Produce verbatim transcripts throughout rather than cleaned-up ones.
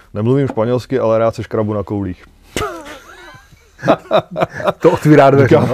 Nemluvím španělsky, ale rád se škrabu na koulích. To otvírá dveře, no?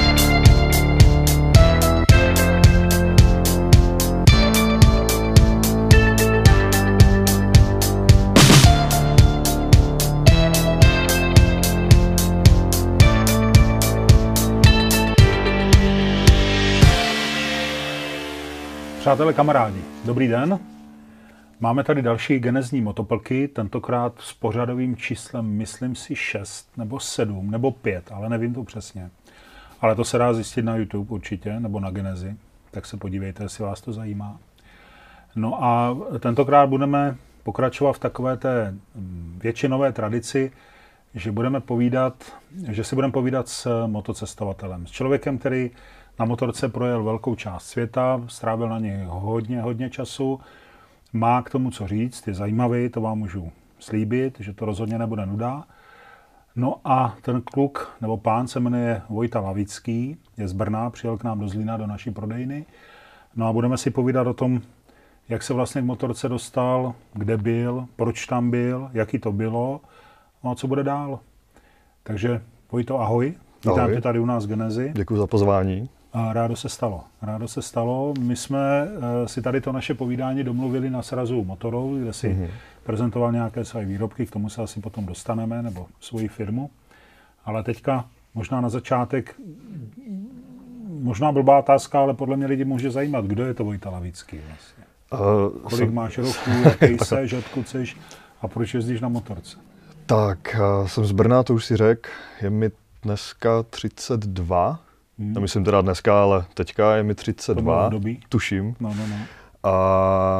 Přátelé, kamarádi, dobrý den. Máme tady další genezní motoplky, tentokrát s pořadovým číslem, myslím si, šest nebo sedm nebo pět, ale nevím to přesně. Ale to se dá zjistit na YouTube určitě, nebo na Genezi, tak se podívejte, jestli vás to zajímá. No a tentokrát budeme pokračovat v takové té většinové tradici, že budeme povídat, že si budeme povídat s motocestovatelem, s člověkem, který na motorce projel velkou část světa, strávil na něj hodně, hodně času, má k tomu co říct, je zajímavý, to vám můžu slíbit, že to rozhodně nebude nuda. No a ten kluk, nebo pán se jmenuje Vojta Lavický, je z Brna, přijel k nám do Zlína, do naší prodejny. No a budeme si povídat o tom, jak se vlastně k motorce dostal, kde byl, proč tam byl, jaký to bylo, no a co bude dál. Takže Vojto, ahoj. Vítám tě tady u nás v Genezi. Děkuji za pozvání. A rádo se stalo. Rádo se stalo. My jsme uh, si tady to naše povídání domluvili na srazu Motorol, kde si mm-hmm. prezentoval nějaké své výrobky, k tomu se asi potom dostaneme, nebo svoji firmu. Ale teďka možná na začátek, možná blbá otázka, ale podle mě lidi může zajímat, kdo je to Vojta Lavický vlastně. Uh, Kolik jsem... máš roků, jaký seš, odkud seš a proč jezdíš na motorce? Tak, uh, jsem z Brna, to už si řekl, je mi dneska třicet dva. Hmm. Nemyslím teda dneska, ale teďka je mi třicet dva, tuším. No, no, no. A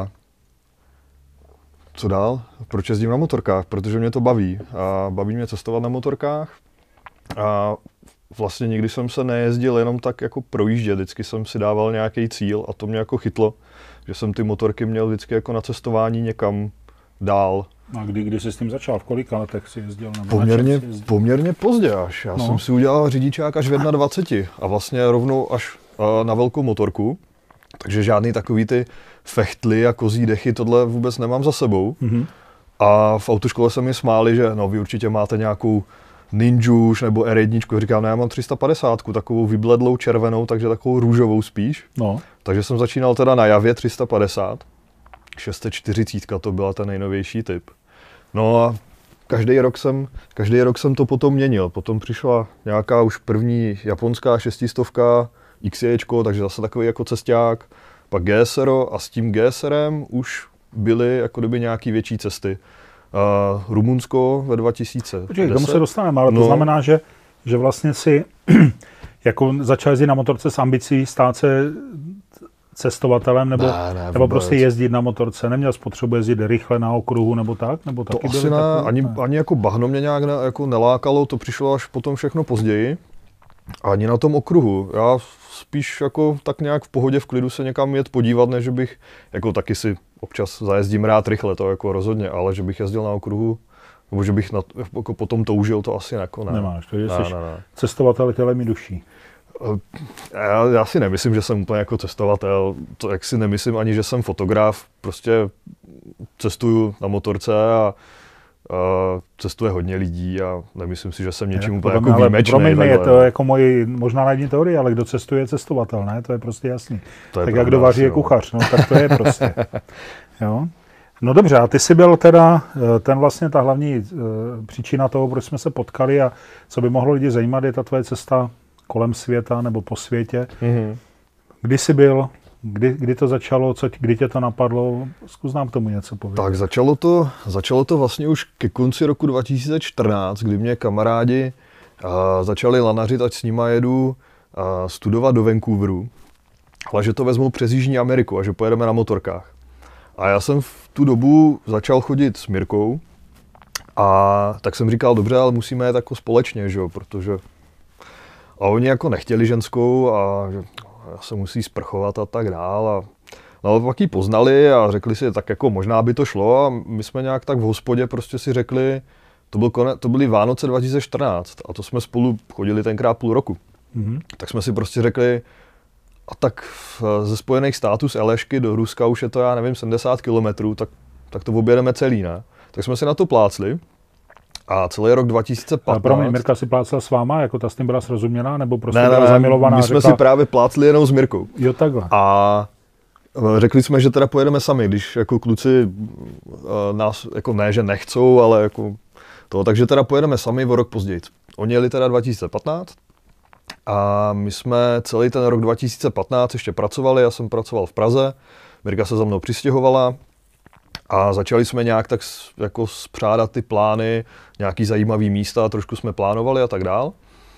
co dál? Proč jezdím na motorkách? Protože mě to baví. A baví mě cestovat na motorkách. A vlastně nikdy jsem se nejezdil jenom tak jako projíždět. Vždycky jsem si dával nějaký cíl a to mě jako chytlo, že jsem ty motorky měl vždycky jako na cestování někam dál. A kdy, kdy jsi s tím začal? V kolika letech jsi jezdil? Nebo poměrně, jezdil? poměrně pozdě až. Já no. jsem si udělal řidičák až v dvaceti jedné a vlastně rovnou až uh, na velkou motorku. Takže žádný takový ty fechtly a kozí dechy, tohle vůbec nemám za sebou. Mm-hmm. A v autoškole se mi smáli, že no, vy určitě máte nějakou Ninju nebo R jedna. Říkám, no, já mám tři sta padesát, takovou vybledlou červenou, takže takovou růžovou spíš. No. Takže jsem začínal teda na Javě tři sta padesát. šest set čtyřicet to byla ten nejnovější typ. No a každý rok jsem, každý rok jsem to potom měnil. Potom přišla nějaká už první japonská šestistovka, X J, takže zase takový jako cesták, pak G S R a s tím G S Rem už byly jako kdyby nějaký větší cesty. Uh, Rumunsko ve dva tisíce deset. Počkej, k tomu se dostaneme, ale no. To znamená, že, že vlastně si jako začal jezdit na motorce s ambicí stát se cestovatelem, nebo, ne, ne, nebo prostě jezdit na motorce, neměl spotřebu jezdit rychle na okruhu, nebo tak? Nebo to taky asi ne, takový, ani, ne. ani jako bahno mě nějak ne, jako nelákalo, to přišlo až potom všechno později. Ani na tom okruhu. Já spíš jako tak nějak v pohodě, v klidu se někam jet podívat, než bych, jako taky si občas zajezdím rád rychle, to jako rozhodně, ale že bych jezdil na okruhu, nebo že bych na, jako potom toužil, to asi jako ne. Nemáš, to že jsi cestovatel tělem i duší. Já, já si nemyslím, že jsem úplně jako cestovatel, to jak si nemyslím ani, že jsem fotograf, prostě cestuju na motorce a, a cestuje hodně lidí a nemyslím si, že jsem něčím úplně jako výjimečný. Pro mě je to jako moje možná naivní teorie, ale kdo cestuje je cestovatel, ne? To je prostě jasný. To je tak jak kdo vaří je kuchař, no tak to je prostě. Jo? No dobře, a ty jsi byl teda ten vlastně ta hlavní uh, příčina toho, proč jsme se potkali a co by mohlo lidi zajímat, je ta tvoje cesta kolem světa nebo po světě. Mm-hmm. Kdy jsi byl, kdy, kdy to začalo, co, kdy tě to napadlo? Zkus nám k tomu něco povědět. Tak začalo to, začalo to vlastně už ke konci roku dva tisíce čtrnáct, kdy mě kamarádi uh, začali lanařit, ať s nima jedu uh, studovat do Vancouveru, ale že to vezmu přes Jižní Ameriku a že pojedeme na motorkách. A já jsem v tu dobu začal chodit s Mirkou a tak jsem říkal, dobře, ale musíme jet jako společně, že jo, protože a oni jako nechtěli ženskou a že se musí sprchovat a tak dál. A, no, pak ji poznali a řekli si, tak jako možná by to šlo a my jsme nějak tak v hospodě prostě si řekli, to, byl konec, to byly Vánoce dva tisíce čtrnáct a to jsme spolu chodili tenkrát půl roku. Mm-hmm. Tak jsme si prostě řekli, a tak ze Spojených států z Alešky do Ruska už je to, já nevím, sedmdesát kilometrů, tak, tak to objedeme celý, ne? tak jsme si na to plácli. A celý rok dva tisíce patnáct... Pro mě Mirka si plácla s váma, jako ta s tím byla srozuměná, nebo prostě ne, byla ne, zamilovaná? My jsme řekla... si právě plácli jenom s Mirkou. Jo, takhle. A řekli jsme, že teda pojedeme sami, když jako kluci nás, jako ne, že nechcou, ale jako to, takže teda pojedeme sami o rok později. Oni jeli teda dva tisíce patnáct a my jsme celý ten rok dva tisíce patnáct ještě pracovali, já jsem pracoval v Praze, Mirka se za mnou přistěhovala a začali jsme nějak tak jako spřádat ty plány, nějaký zajímavý místa, trošku jsme plánovali a tak dál.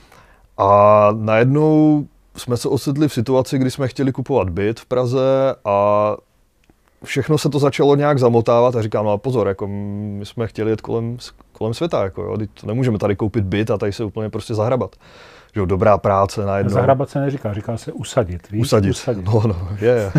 A najednou jsme se ocitli v situaci, kdy jsme chtěli kupovat byt v Praze a všechno se to začalo nějak zamotávat a říkám, no pozor, jako my jsme chtěli jet kolem, kolem světa, jako jo, to nemůžeme tady koupit byt a tady se úplně prostě zahrabat. Že jo, dobrá práce najednou. Zahrabat se neříká, říká se usadit, víš? Usadit, usadit. no, no, je, je.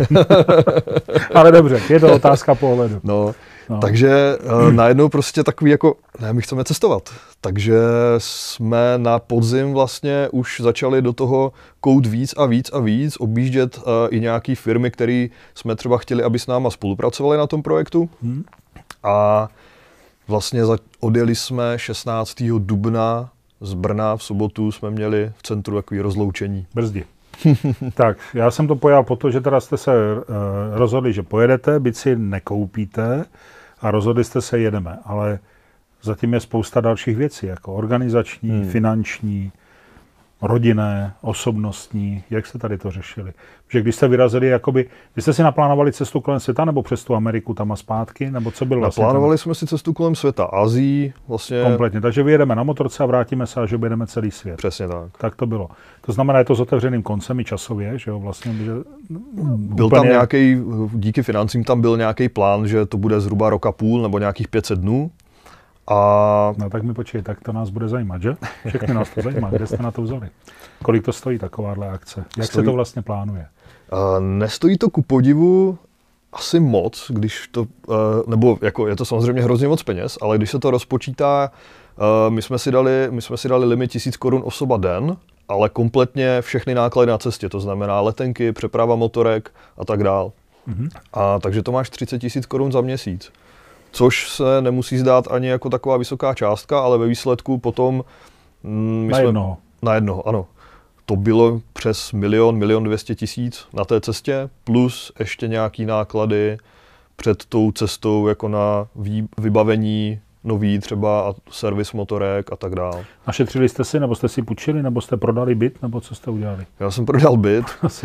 Ale dobře, je to otázka pohledu. No, no. Takže uh, najednou prostě takový jako, ne, my chceme cestovat. Takže jsme na podzim vlastně už začali do toho kout víc a víc a víc, objíždět uh, i nějaký firmy, které jsme třeba chtěli, aby s náma spolupracovali na tom projektu. Hmm. A vlastně za, odjeli jsme šestnáctého dubna z Brna, v sobotu jsme měli v centru takový rozloučení. Brzdi. Tak, já jsem to pojal po to, že teda jste se uh, rozhodli, že pojedete, byť si nekoupíte a rozhodli jste se jedeme, ale zatím je spousta dalších věcí, jako organizační, hmm. finanční, rodinné, osobnostní. Jak jste tady to řešili? Že když jste vyrazili, jakoby, vy jste si naplánovali cestu kolem světa, nebo přes tu Ameriku tam a zpátky, nebo co bylo vlastně? Naplánovali jsme si cestu kolem světa, Asii, vlastně. Kompletně, takže vyjedeme na motorce a vrátíme se, až objedeme celý svět. Přesně tak. Tak to bylo. To znamená, je to s otevřeným koncem i časově, že jo, vlastně. Že byl úplně... tam nějaký, díky financím tam byl nějaký plán, že to bude zhruba rok a půl, nebo nějakých pět set dnů. A... No tak mi počkej, tak to nás bude zajímat, že? Všechny nás to zajímá, kde jste na to vzali? Kolik to stojí takováhle akce? Jak stojí... se to vlastně plánuje? Uh, nestojí to ku podivu asi moc, když to, uh, nebo jako je to samozřejmě hrozně moc peněz, ale když se to rozpočítá, uh, my jsme si dali, my jsme si dali limit tisíc korun osoba den, ale kompletně všechny náklady na cestě, to znamená letenky, přeprava motorek a tak dál. Mm-hmm. A takže to máš třicet tisíc korun za měsíc. Což se nemusí zdát ani jako taková vysoká částka, ale ve výsledku potom... Mm, my na jsme, jednoho. Na jednoho, ano. To bylo přes milion, milion dvěstě tisíc na té cestě, plus ještě nějaký náklady před tou cestou jako na vý, vybavení nový třeba a servis motorek a tak dále. A šetřili jste si, nebo jste si půjčili, nebo jste prodali byt, nebo co jste udělali? Já jsem prodal byt. Asi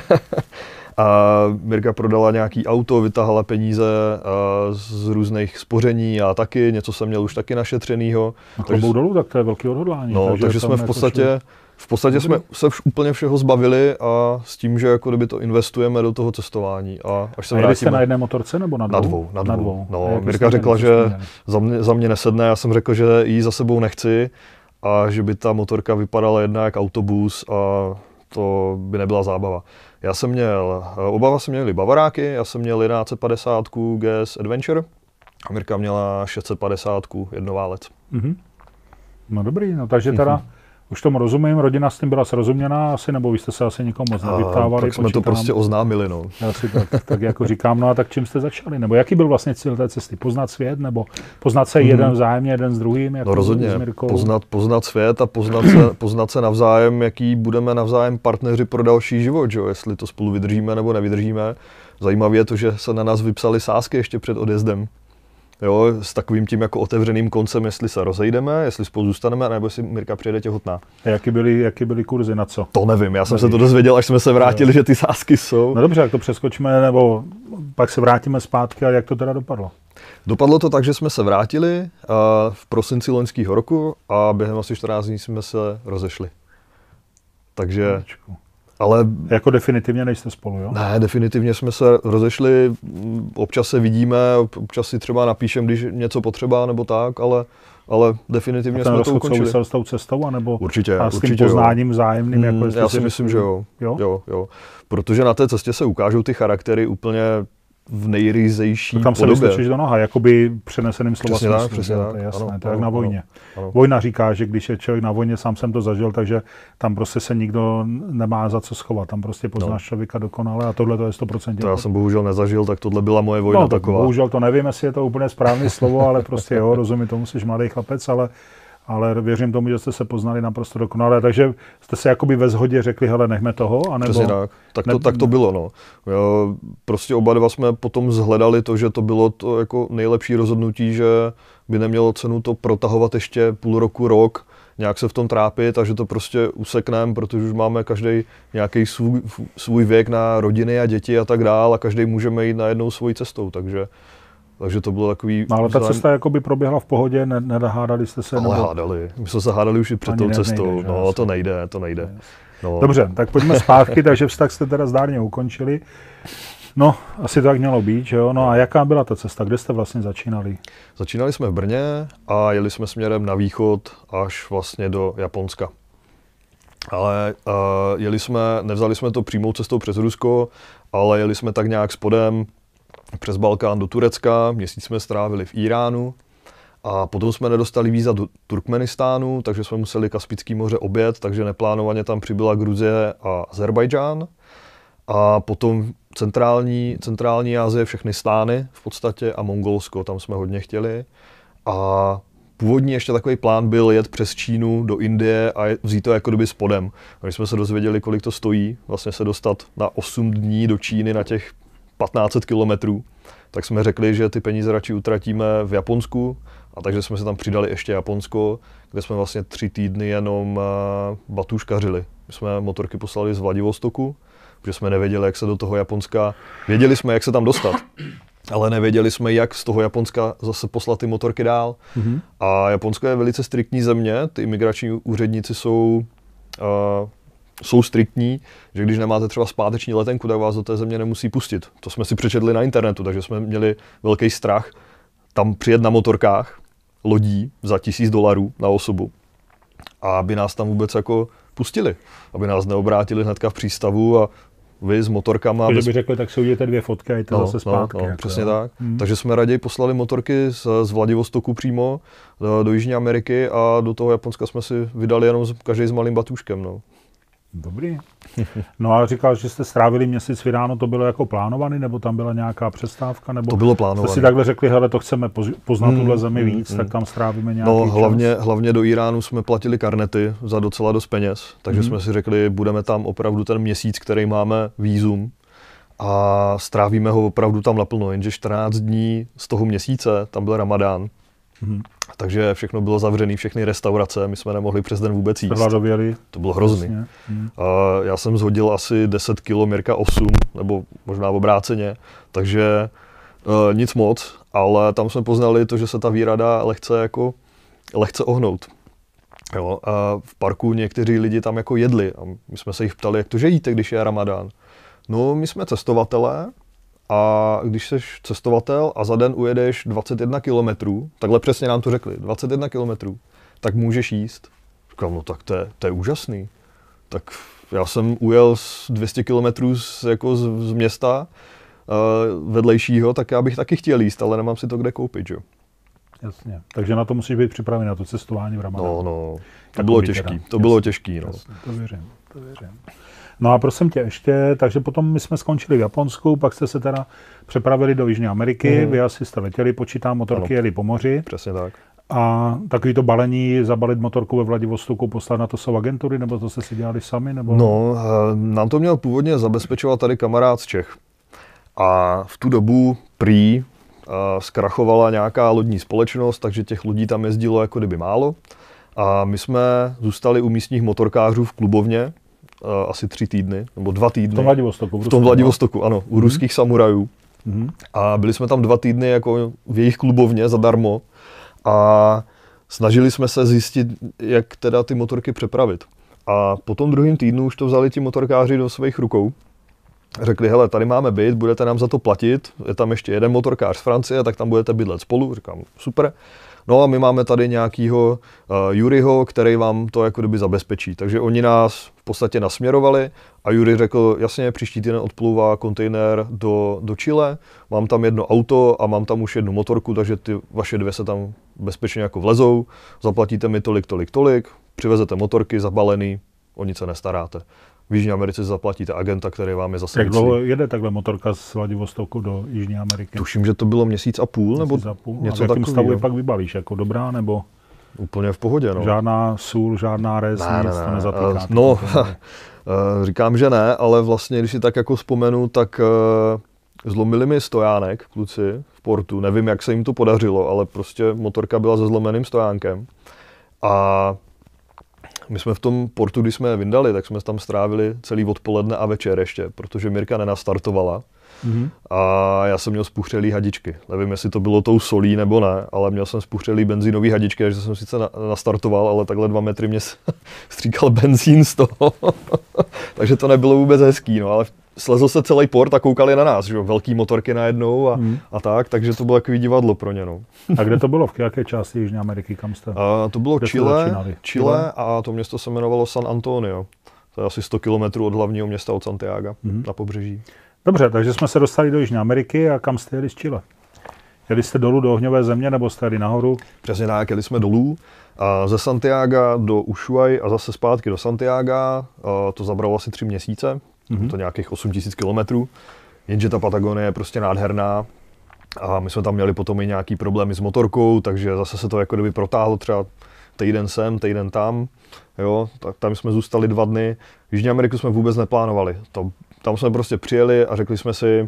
a Mirka prodala nějaký auto, vytahala peníze z různých spoření a taky, něco jsem měl už taky našetřenýho. A klobouk dolů, tak to je velký odhodlání. No, takže, takže jsme v podstatě, v podstatě jsme se vš, úplně všeho zbavili a s tím, že jako kdyby to investujeme do toho cestování. A až se a vrátíme... jste na jedné motorce nebo na dvou? Na dvou. Na dvou. Na dvou. No, Mirka řekla, že za mě, za mě nesedne, já jsem řekl, že jí za sebou nechci a že by ta motorka vypadala jedna jak autobus a to by nebyla zábava. Já jsem měl, oba jsem měli Bavaráky, já jsem měl jedenáct set padesát G S Adventure a Mirka měla šest set padesát jednoválec. Mm-hmm. No dobrý, no takže teda mm-hmm. už tomu rozumím, rodina s tím byla srozuměná asi, nebo vy jste se asi nikomu moc nevyptávali? Tak jsme to prostě oznámili, no. Asi tak, tak jako říkám, no a tak čím jste začali? Nebo jaký byl vlastně cíl té cesty? Poznat svět, nebo poznat se mm-hmm. jeden vzájemně, jeden s druhým? Jako no rozhodně, poznat, poznat svět a poznat se, poznat se navzájem, jaký budeme navzájem partneři pro další život, že jo? Jestli to spolu vydržíme nebo nevydržíme. Zajímavé je to, že se na nás vypsali sázky ještě před odjezdem. Jo, s takovým tím jako otevřeným koncem, jestli se rozejdeme, jestli spolu zůstaneme, nebo jestli Mirka přijede těhotná. A jaký byly, jaký byly kurzy, na co? To nevím, já jsem Nevíš. se to dozvěděl, až jsme se vrátili, no. že ty sázky jsou. No dobře, jak to přeskočíme, nebo pak se vrátíme zpátky, a jak to teda dopadlo? Dopadlo to tak, že jsme se vrátili uh, v prosinci loňského roku a během asi čtrnáct dní jsme se rozešli. Takže... Nočku. Ale... Jako definitivně nejste spolu, jo? Ne, definitivně jsme se rozešli, občas se vidíme, občas si třeba napíšem, když něco potřeba nebo tak, ale, ale definitivně jsme to ukončili. Souvisel s tou cestou, anebo určitě, a s tím určitě, poznáním vzájemným? Jako já si myslím, že jo. jo. Jo, jo. Protože na té cestě se ukážou ty charaktery úplně v nejryzejší tam se vystočíš do noha, jakoby přeneseným slova smyslu. Přesně tak, přesně tak. To je jasné, ano, to je jak ano, na vojně. Ano. Vojna říká, že když je člověk na vojně, sám jsem to zažil, takže tam prostě se nikdo nemá za co schovat. Tam prostě poznáš no. člověka dokonale a tohle to je sto procent. To já jsem bohužel nezažil, tak tohle byla moje vojna no, taková. Bohužel to nevím, jestli je to úplně správné slovo, ale prostě jo, rozumím tomu, jsi mladý chlapec, ale ale věřím tomu, že jste se poznali naprosto dokonale, takže jste se jakoby ve shodě řekli, hele, nechme toho, anebo... Přesně tak, tak to, ne... tak to bylo, no. Jo, prostě oba dva jsme potom zhledali to, že to bylo to jako nejlepší rozhodnutí, že by nemělo cenu to protahovat ještě půl roku, rok, nějak se v tom trápit a že to prostě usekneme, protože už máme každý nějaký svůj, svůj věk na rodiny a děti a tak dál a každý můžeme jít najednou svojí cestou, takže Takže to bylo takový... No ale ta cesta jakoby proběhla v pohodě, ne, nedahádali jste se? Ale nebo... hádali. My jsme se hádali už i před tou cestou. Nejde, no asi. to nejde, to nejde. No. Dobře, tak pojďme zpátky, takže vztah jste teda zdárně ukončili. No, asi to tak mělo být, že jo? No a jaká byla ta cesta? Kde jste vlastně začínali? Začínali jsme v Brně a jeli jsme směrem na východ až vlastně do Japonska. Ale uh, jeli jsme, nevzali jsme to přímou cestou přes Rusko, ale jeli jsme tak nějak spodem přes Balkán do Turecka, měsíc jsme strávili v Iránu a potom jsme nedostali víza do Turkmenistánu, takže jsme museli Kaspické moře objet, takže neplánovaně tam přibyla Gruzie a Azerbajdžán. A potom centrální, centrální Asie, všechny stány v podstatě a Mongolsko, tam jsme hodně chtěli. A původní ještě takový plán byl jet přes Čínu do Indie a vzít to jako doby spodem. A když jsme se dozvěděli, kolik to stojí, vlastně se dostat na osm dní do Číny na těch patnáct set kilometrů, tak jsme řekli, že ty peníze radši utratíme v Japonsku a takže jsme se tam přidali ještě Japonsko, kde jsme vlastně tři týdny jenom batuškařili. My jsme motorky poslali z Vladivostoku, protože jsme nevěděli, jak se do toho Japonska, věděli jsme, jak se tam dostat, ale nevěděli jsme, jak z toho Japonska zase poslat ty motorky dál. Mm-hmm. A Japonsko je velice striktní země, ty imigrační úředníci jsou uh, jsou striktní, že když nemáte třeba zpáteční letenku, tak vás do té země nemusí pustit. To jsme si přečetli na internetu, takže jsme měli velký strach tam přijet na motorkách lodí za tisíc dolarů na osobu a aby nás tam vůbec jako pustili, aby nás neobrátili hnedka v přístavu a vy s motorkama... Takže by řekli, tak si udějte dvě fotky a jděte no, zase zpátky. No, no, jako, přesně jo. tak. Hmm. Takže jsme raději poslali motorky z, z Vladivostoku přímo do, do Jižní Ameriky a do toho Japonska jsme si vydali jenom každý s malým batůžkem. No. Dobrý. No a říkal, že jste strávili měsíc v Iránu, to bylo jako plánovaný, nebo tam byla nějaká přestávka? Nebo to bylo plánované. Jste si takhle řekli, hele, to chceme poznat hmm, tuhle zemi víc, hmm, tak tam strávíme nějaký No hlavně, čas? hlavně do Iránu jsme platili karnety za docela dost peněz, takže hmm. jsme si řekli, budeme tam opravdu ten měsíc, který máme vízum a strávíme ho opravdu tam naplno, jenže čtrnáct dní z toho měsíce, tam byl Ramadán. Hmm. Takže všechno bylo zavřené, všechny restaurace, my jsme nemohli přes den vůbec jíst. Hladověli. To bylo hrozný. Hmm. A já jsem zhodil asi deset kilo, Mirka osm, nebo možná obráceně, takže uh, nic moc, ale tam jsme poznali to, že se ta víra dá lehce, jako, lehce ohnout. Jo, a v parku někteří lidi tam jako jedli a my jsme se jich ptali, jak to, že jíte, když je Ramadán. No, my jsme cestovatelé, a když jsi cestovatel a za den ujedeš dvacet jedna kilometrů, takhle přesně nám to řekli, dvacet jedna kilometrů, tak můžeš jíst. Říkám, no tak to je, to je úžasný. Tak já jsem ujel z dvě stě kilometrů z, jako z, z města uh, vedlejšího, tak já bych taky chtěl jíst, ale nemám si to kde koupit, jo. Jasně, takže na to musíš být připravený, na to cestování v Ramadánu. No, no, to tak bylo těžký, teda. to jasně, bylo těžký, no. Jasně, to věřím, to věřím. No a prosím tě ještě, takže potom my jsme skončili v Japonsku, pak jste se teda přepravili do Jižní Ameriky, mm. vy asi jste letěli, počítám, motorky ano. jeli po moři. Přesně tak. A takový to balení, zabalit motorku ve Vladivostoku, poslat na to jsou agentury, nebo to jste si dělali sami? Nebo... No, nám to měl původně zabezpečovat tady kamarád z Čech. A v tu dobu prý zkrachovala nějaká lodní společnost, takže těch lodí tam jezdilo jako kdyby málo. A my jsme zůstali u místních motorkářů v klubovně, asi tři týdny, nebo dva týdny. V tom Vladivostoku. V tom Vladivostoku, ano, u mm-hmm. ruských samurajů. Mm-hmm. A byli jsme tam dva týdny jako v jejich klubovně zadarmo a snažili jsme se zjistit, jak teda ty motorky přepravit. A po tom druhém týdnu už to vzali ti motorkáři do svých rukou. Řekli, hele, tady máme byt, budete nám za to platit, je tam ještě jeden motorkář z Francie, tak tam budete bydlet spolu. Říkám, super. No a my máme tady nějakýho uh, Juriho, který vám to jako kdyby zabezpečí. Takže oni nás v podstatě nasměrovali a Juri řekl, jasně, příští týden odplouvá kontejner do, do Chile, mám tam jedno auto a mám tam už jednu motorku, takže ty vaše dvě se tam bezpečně jako vlezou, zaplatíte mi tolik, tolik, tolik, přivezete motorky zabalený, o nic se nestaráte. V Jižní Americe zaplatíte agenta, který vám je zase... Jak dlouho jede takhle motorka z Vladivostoku do Jižní Ameriky? Tuším, že to bylo měsíc a půl, nebo měsíc a půl. něco a v jakém stavu je takového. pak vybavíš? Jako dobrá, nebo... Úplně v pohodě, no. Žádná sůl, žádná rez, ne, nic ne, to ne. nezatýká. No, říkám, že ne, ale vlastně, když si tak jako vzpomenu, tak zlomili mi stojánek, kluci, v portu. Nevím, jak se jim to podařilo, ale prostě motorka byla se zlomeným stojánkem. A my jsme v tom portu, když jsme je vyndali, tak jsme tam strávili celý odpoledne a večer ještě, protože Mirka nenastartovala. Mm-hmm. A já jsem měl spuchřelý hadičky. Nevím, jestli to bylo tou solí nebo ne, ale měl jsem spuchřelý benzínový hadičky, takže jsem sice na, nastartoval, ale takhle dva metry mě stříkal benzín z toho. Takže to nebylo vůbec hezký, no, ale slezl se celý port a koukali na nás, že jo, velký motorky najednou a, mm. a tak, takže to bylo takový divadlo pro ně, no. A kde to bylo? V jaké části Jižní Ameriky, kam jste? A to bylo Chile, Chile a to město se jmenovalo San Antonio. To je asi sto kilometrů od hlavního města od Santiaga mm. na pobřeží. Dobře, takže jsme se dostali do Jižní Ameriky a kam jste jeli z Chile? Jeli jste dolů do ohňové země nebo jste jeli nahoru? Přesně tak, jeli jsme dolů a ze Santiaga do Ushuaí a zase zpátky do Santiaga. A to zabralo asi tři měsíce, mm-hmm. to nějakých osm tisíc kilometrů, jenže ta Patagonie je prostě nádherná a my jsme tam měli potom i nějaký problémy s motorkou, takže zase se to jako kdyby protáhlo třeba týden sem, týden tam, jo, tak tam jsme zůstali dva dny. Jižní Ameriku jsme vůbec neplánovali. To, tam jsme prostě přijeli a řekli jsme si,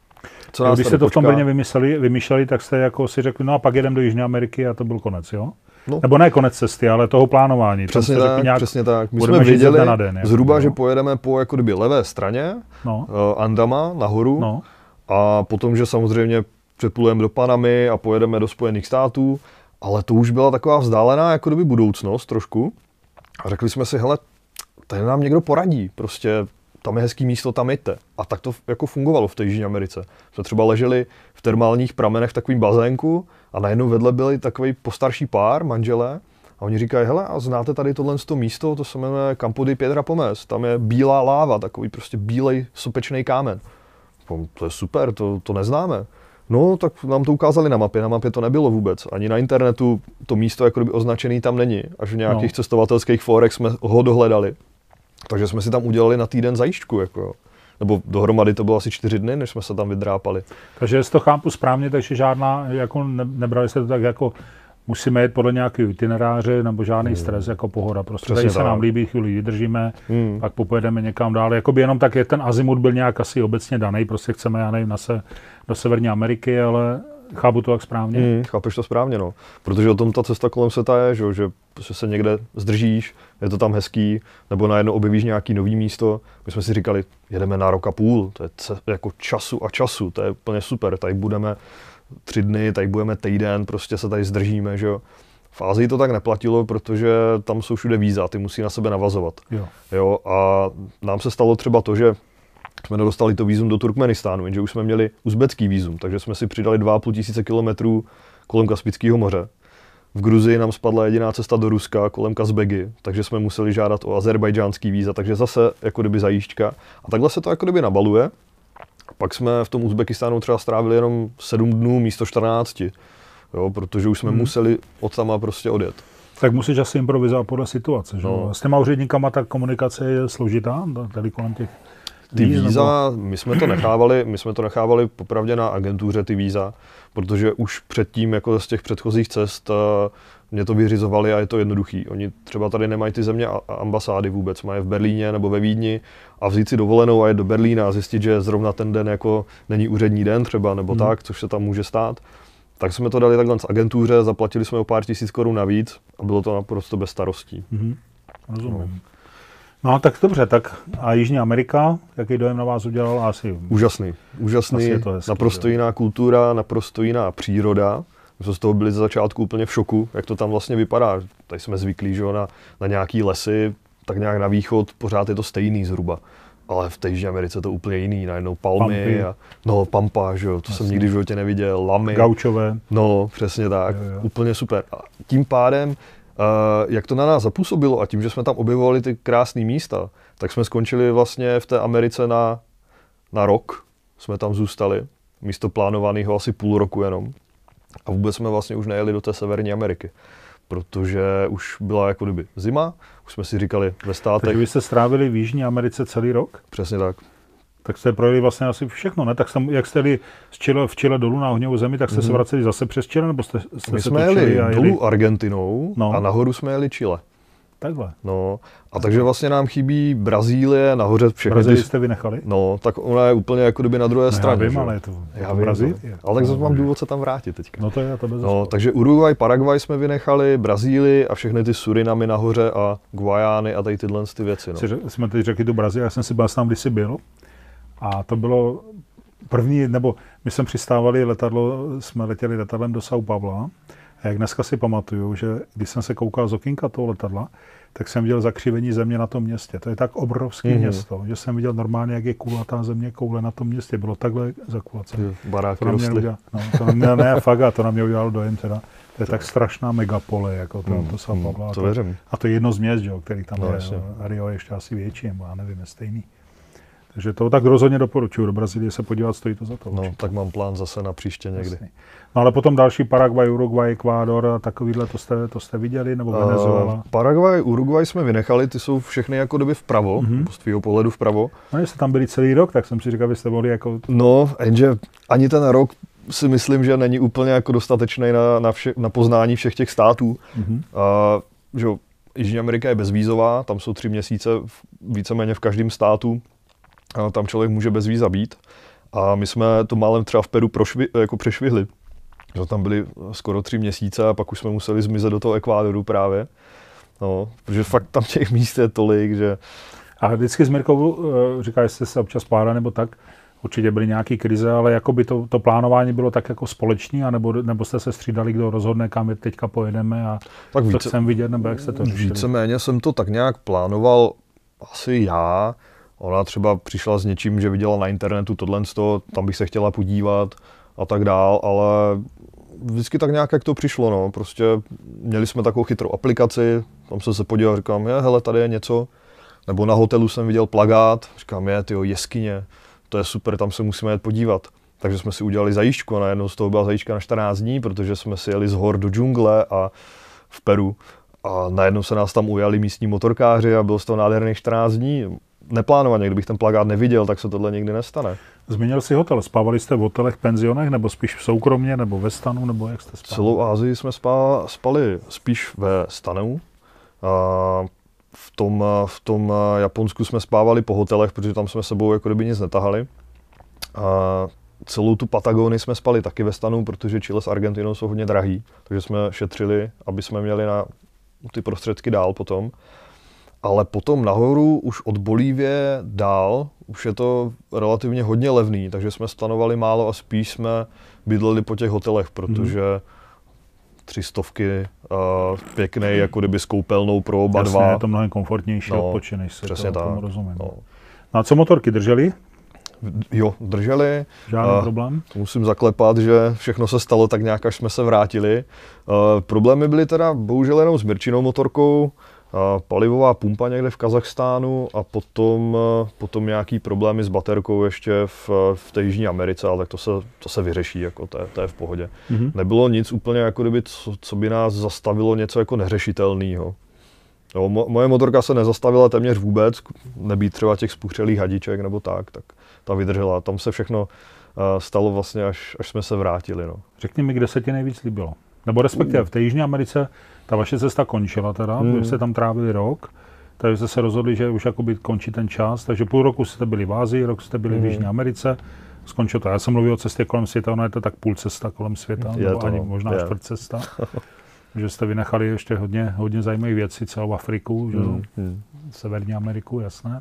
co nás Když jste to v tom Brně vymysleli, vymýšleli, tak jste jako si řekli, no a pak jedem do Jižní Ameriky a to byl konec, jo? No. Nebo ne konec cesty, ale toho plánování. Přesně tak, nějak, přesně tak. My jsme věděli den, zhruba, jako, že pojedeme po jako kdyby levé straně, no. uh, Andama nahoru no. a potom, že samozřejmě přeplujeme do Panamy a pojedeme do Spojených států, ale to už byla taková vzdálená jako kdyby budoucnost trošku. A řekli jsme si, hele, tady nám někdo poradí, prostě tam je hezký místo, tam jeďte. A tak to jako fungovalo v té Jižní Americe. Jsme třeba leželi v termálních pramenech v takovým bazénku a najednou vedle byli takový postarší pár, manželé, a oni říkají, hele, a znáte tady tohle místo, to se jmenuje Campo de Piedra Pómez, tam je bílá láva, takový prostě bílej sopečný kámen. To je super, to, to neznáme. No, tak nám to ukázali na mapě, na mapě to nebylo vůbec. Ani na internetu to místo jako kdyby označený tam není. Až v nějakých no. cestovatelských fórech jsme ho dohledali. Takže jsme si tam udělali na týden zajížďku, jako nebo dohromady to bylo asi čtyři dny, než jsme se tam vydrápali. Takže jestli to chápu správně, takže žádná, jako ne, nebrali jste to tak jako musíme jet podle nějakého itineráře, nebo žádný hmm. stres, jako pohoda. Prostě tady se nám líbí, chvíli vydržíme, hmm. pak popojedeme někam dál. Jakoby jenom tak je ten azimut byl nějak asi obecně daný, prostě chceme, já nevím, na se, do Severní Ameriky, ale chápu to tak správně? Hmm, chápeš to správně, no. Protože o tom ta cesta kolem světa je, že, že se někde zdržíš, je to tam hezký, nebo najednou objevíš nějaký nový místo. My jsme si říkali, jedeme na rok a půl, to je jako času a času, to je úplně super, tady budeme tři dny, tady budeme týden, prostě se tady zdržíme, že jo. V Asii to tak neplatilo, protože tam jsou všude víza, ty musí na sebe navazovat. Jo. Jo, a nám se stalo třeba to, že jsme nedostali to vízum do Turkmenistánu, jenže už jsme měli uzbecký vízum, takže jsme si přidali dva a půl tisíce kilometrů kolem Kaspického moře. V Gruzii nám spadla jediná cesta do Ruska kolem Kazbegy, takže jsme museli žádat o azerbajdžánský víza, takže zase jako kdyby zajížďka. A takhle se to jako kdyby nabaluje. Pak jsme v tom Uzbekistánu třeba strávili jenom sedm dnů místo čtrnácti, jo, protože už jsme hmm. museli od tam prostě odjet. Tak musíš asi improvizovat podle situace, že? No. S těma úředníkama ta komunikace je složitá, tady kolem těch Ty víza, nebo... my jsme to nechávali, my jsme to nechávali popravdě na agentuře ty víza, protože už předtím jako z těch předchozích cest mě to vyřizovali a je to jednoduchý. Oni třeba tady nemají ty země a ambasády vůbec, mají v Berlíně nebo ve Vídni a vzít si dovolenou a jet do Berlína a zjistit, že zrovna ten den jako není úřední den třeba nebo hmm. tak, což se tam může stát. Tak jsme to dali takhle z agentuře, zaplatili jsme o pár tisíc korun navíc a bylo to naprosto bez starostí. Hmm. Rozumím. No. No tak dobře, tak a Jižní Amerika, jaký dojem na vás udělal? Asi úžasný, úžasný, asi hezký, naprosto jiná kultura, naprosto jiná příroda. My jsme z toho byli ze začátku úplně v šoku, jak to tam vlastně vypadá. Tady jsme zvyklí, že na, na nějaký lesy, tak nějak na východ, pořád je to stejný zhruba. Ale v té Jižní Americe to úplně jiný, najednou palmy, a, no pampa, že jo, to Jasně. jsem nikdy v životě neviděl, lamy. Gaučové. No, přesně tak, jo, jo. Úplně super. A tím pádem jak to na nás zapůsobilo a tím, že jsme tam objevovali ty krásné místa, tak jsme skončili vlastně v té Americe na, na rok. Jsme tam zůstali, místo plánovaného asi půl roku jenom. A vůbec jsme vlastně už nejeli do té Severní Ameriky, protože už byla jako kdyby zima, už jsme si říkali ve státech. Takže vy jste strávili v Jižní Americe celý rok? Přesně tak. Tak jste projeli vlastně asi všechno, ne? Tak jste, jak jste jeli z Chile, v Chile dolů na ohňovou zemi, tak jste mm-hmm. se vraceli zase přes Chile, nebo jste, jste My se jsme točili jeli a jeli dolů Argentinou no. a nahoru jsme jeli Chile. Takhle. No, a takže vlastně nám chybí Brazílie, nahoře všechny. Brazílii jste vynechali? No, tak ona je úplně jako kdyby na druhé no, straně. Já vím, ale je to, já to vím, Brazílie. Ale tak zase mám důvod se tam vrátit teďka. No to je to bez no, takže Uruguay, Paraguay jsme vynechali, Brazílii a všechny ty Surinamy nahoře a Guajány a tady tyhle ty věci. No. Si, jsme teď řekli tu Brazílii, já jsem si byl tam kdysi byl a to bylo první, nebo my jsme přistávali letadlo, jsme letěli letadlem do São Paula a jak dneska si pamatuju, že když jsem se koukal z okýnka toho letadla, tak jsem viděl zakřivení země na tom městě. To je tak obrovské mm-hmm. město, že jsem viděl normálně, jak je kulatá země koule na tom městě. Bylo takhle zakulacené. Baráky rostly. No, to na mě, ne, fakt, to na mě udělalo dojem teda. To je tak strašná megapole, jako to, mm, to São Paulo. Mm, to a, a to je jedno z měst, jo, který tam no, je. A Rio je ještě asi větší, nebo já nevím, je stejný. Takže to tak rozhodně doporučuji. Do Brazílie se podívat, stojí to za to. No, určitě. tak mám plán zase na příště někdy. Jasný. No ale potom další Paraguay, Uruguay, Ekvádor a takovýhle, to jste, to jste viděli, nebo Venezuela? Uh, Paraguay, Uruguay jsme vynechali, ty jsou všechny jako doby vpravo, mm-hmm. z tvýho pohledu vpravo. No, když jste tam byli celý rok, tak jsem si říkal, že jste mohli jako... No, jenže ani ten rok si myslím, že není úplně jako dostatečný na, na, vše, na poznání všech těch států. Mm-hmm. Uh, že Jižní Amerika je bezvízová, tam jsou tři měsíce víceméně v každém státu. A tam člověk může bez víza být. A my jsme to málem třeba v Peru prošvi, jako přešvihli. Že tam byli skoro tři měsíce a pak už jsme museli zmizet do toho Ekvádoru právě. No, protože fakt tam těch míst je tolik, že... A vždycky s Mirkou říkali jste se občas pára nebo tak, určitě byly nějaké krize, ale jako by to, to plánování bylo tak jako společný, anebo, nebo jste se střídali, kdo rozhodne, kam je teďka pojedeme a tak více, co chcem vidět, nebo jak jste to řešili? Víceméně jsem to tak nějak plánoval asi já. Ona třeba přišla s něčím, že viděla na internetu tohle, tam bych se chtěla podívat a tak dál, ale vždycky tak nějak, jak to přišlo, no. Prostě měli jsme takovou chytrou aplikaci, tam jsem se podíval, říkám, je, hele, tady je něco. Nebo na hotelu jsem viděl plakát, říkám, je, tyjo, jeskyně, to je super, tam se musíme jít podívat. Takže jsme si udělali zajížďku a najednou z toho byla zajížďka na čtrnáct dní, protože jsme si jeli z hor do džungle a v Peru. A najednou se nás tam ujali místní motorkáři a bylo z toho nádherných čtrnáct dní. Neplánovaně, kdybych ten plakát neviděl, tak se tohle nikdy nestane. Zmínil jsi hotel. Spávali jste v hotelech, penzionech, nebo spíš v soukromně, nebo ve stanu, nebo jak jste spali? Celou Asii jsme spá, spali spíš ve stanu. A v tom, v tom Japonsku jsme spávali po hotelech, protože tam jsme sebou jako kdyby nic netahali. A celou tu Patagonii jsme spali taky ve stanu, protože Chile s Argentinou jsou hodně drahý, takže jsme šetřili, aby jsme měli na ty prostředky dál potom. Ale potom nahoru, už od Bolívie dál, už je to relativně hodně levný, takže jsme stanovali málo a spíš jsme bydleli po těch hotelech, protože tři stovky uh, pěknej, jako kdyby s koupelnou pro oba Jasně, dva. Je to mnohem komfortnější, no, odpočineš se, přesně to, tak. tomu rozumím. No. No a co motorky držely? Jo, drželi. Žádný uh, problém? Musím zaklepat, že všechno se stalo tak nějak, až jsme se vrátili. Uh, problémy byly teda bohužel jenom s Mirčinou motorkou, uh, palivová pumpa někde v Kazachstánu a potom, uh, potom nějaký problémy s baterkou ještě v, v té Jižní Americe, ale tak to se, to se vyřeší, jako to, je, to je v pohodě. Mm-hmm. Nebylo nic úplně, jako kdyby, co, co by nás zastavilo něco jako neřešitelného. Jo, mo, moje motorka se nezastavila téměř vůbec, nebýt třeba těch spuchřelých hadiček nebo tak, tak ta vydržela. Tam se všechno uh, stalo vlastně, až, až jsme se vrátili. No. Řekni mi, kde se ti nejvíc líbilo? Nebo respektive v té Jižní Americe ta vaše cesta končila teda, hmm. vy jste tam trávili rok, takže jste se rozhodli, že už jakoby končí ten čas, takže půl roku jste byli v Ázii, rok jste byli hmm. v Jižní Americe, skončilo to. Já jsem mluvil o cestě kolem světa, ono je to tak půl cesta kolem světa, je nebo to, ani možná je. čtvrt cesta. Že jste vynechali ještě hodně, hodně zajímavé věci, celou Afriku, že? Hmm. Hmm. Severní Ameriku, jasné.